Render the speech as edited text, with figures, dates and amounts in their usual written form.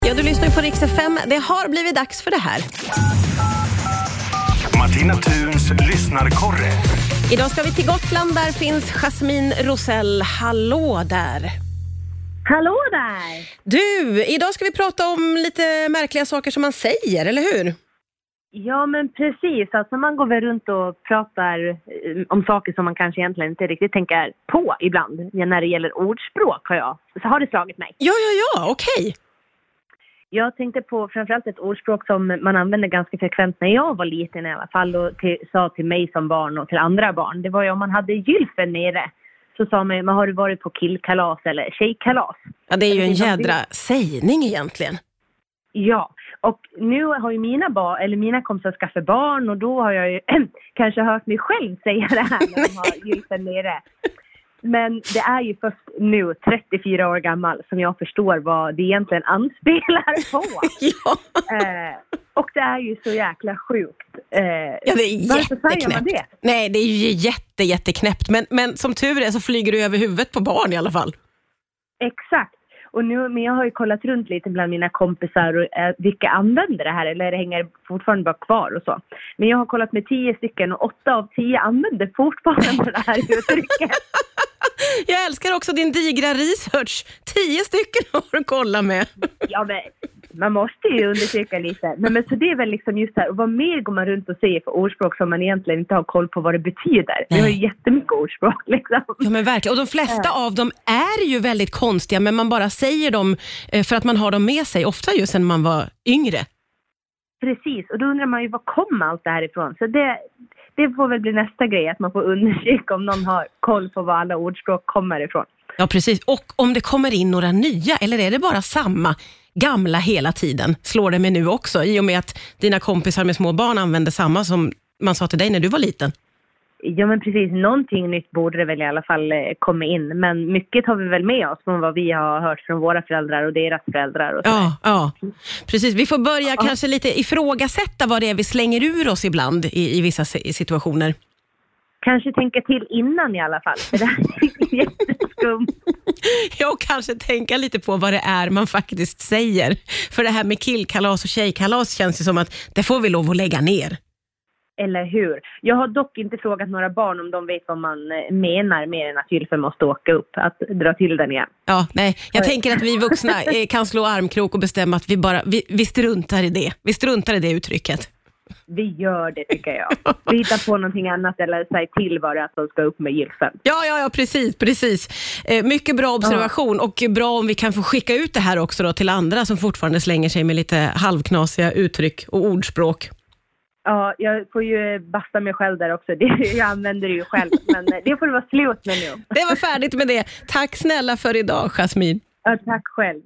Ja, du lyssnar på Rix FM. Det har blivit dags för det här. Martina Thuns lyssnarkorre. Idag ska vi till Gotland. Där finns Jasmine Rosell. Hallå där. Hallå där! Du, idag ska vi prata om lite märkliga saker som man säger, eller hur? Ja, men precis. Alltså man går väl runt och pratar om saker som man kanske egentligen inte riktigt tänker på ibland. När det gäller ordspråk så har det slagit mig. Ja, okej. Jag tänkte på framförallt ett ordspråk som man använde ganska frekvent när jag var liten i alla fall. Och sa till mig som barn och till andra barn. Det var ju om man hade gylfen nere. Så sa man, har du varit på killkalas eller tjejkalas? Ja, det är ju en jädra sägning egentligen. Ja, och nu har ju mina kompisar skaffat barn och då har jag ju kanske hört mig själv säga det här när de har gylfen nere. Men det är ju först nu, 34 år gammal, som jag förstår vad det egentligen anspelar på. Ja. Och det är ju så jäkla sjukt. Ja, det är varför säger man jätteknäppt. det? Nej, det är ju jätteknäppt. Men som tur är så flyger du över huvudet på barn i alla fall. Exakt. Men jag har ju kollat runt lite bland mina kompisar och vilka använder det här eller det hänger fortfarande bara kvar och så. Men jag har kollat med 10 stycken och 8 av 10 använder fortfarande det här uttrycket. Jag älskar också din digra research. 10 stycken har du kollat med. Ja, men man måste ju undersöka lite. Men så det är väl liksom just här, vad mer går man runt och säger för ordspråk som man egentligen inte har koll på vad det betyder. Vi har ju jättemycket ordspråk liksom. Ja, men verkligen. Och de flesta av dem är ju väldigt konstiga, men man bara säger dem för att man har dem med sig, ofta ju sedan man var yngre. Precis, och då undrar man ju var kommer allt det här ifrån. Så det får väl bli nästa grej, att man får undersöka om någon har koll på var alla ordspråk kommer ifrån. Ja, precis. Och om det kommer in några nya, eller är det bara samma gamla hela tiden? Slår det mig nu också, i och med att dina kompisar med små barn använder samma som man sa till dig när du var liten? Ja, men precis. Någonting nytt borde det väl i alla fall komma in. Men mycket har vi väl med oss från vad vi har hört från våra föräldrar och deras föräldrar. Och ja, precis. Vi får börja kanske lite ifrågasätta vad det är vi slänger ur oss ibland i vissa situationer. Kanske tänka till innan i alla fall. För det här är jätteskumt. Ja, och kanske tänka lite på vad det är man faktiskt säger. För det här med killkalas och tjejkalas känns ju som att det får vi lov att lägga ner. Eller hur? Jag har dock inte frågat några barn om de vet vad man menar mer än att gylfen måste åka upp. Att dra till den igen. Ja, nej. Jag tänker att vi vuxna kan slå armkrok och bestämma att vi struntar i det. Vi struntar i det uttrycket. Vi gör det, tycker jag. Vi hittar på någonting annat eller säger till vad det är att de ska upp med gylfen. Ja, precis. Mycket bra observation och bra om vi kan få skicka ut det här också då till andra som fortfarande slänger sig med lite halvknasiga uttryck och ordspråk. Ja, jag får ju basta mig själv där också. Jag använder det ju själv, men det får det vara slut med nu. Det var färdigt med det. Tack snälla för idag, Jasmine. Ja, tack själv.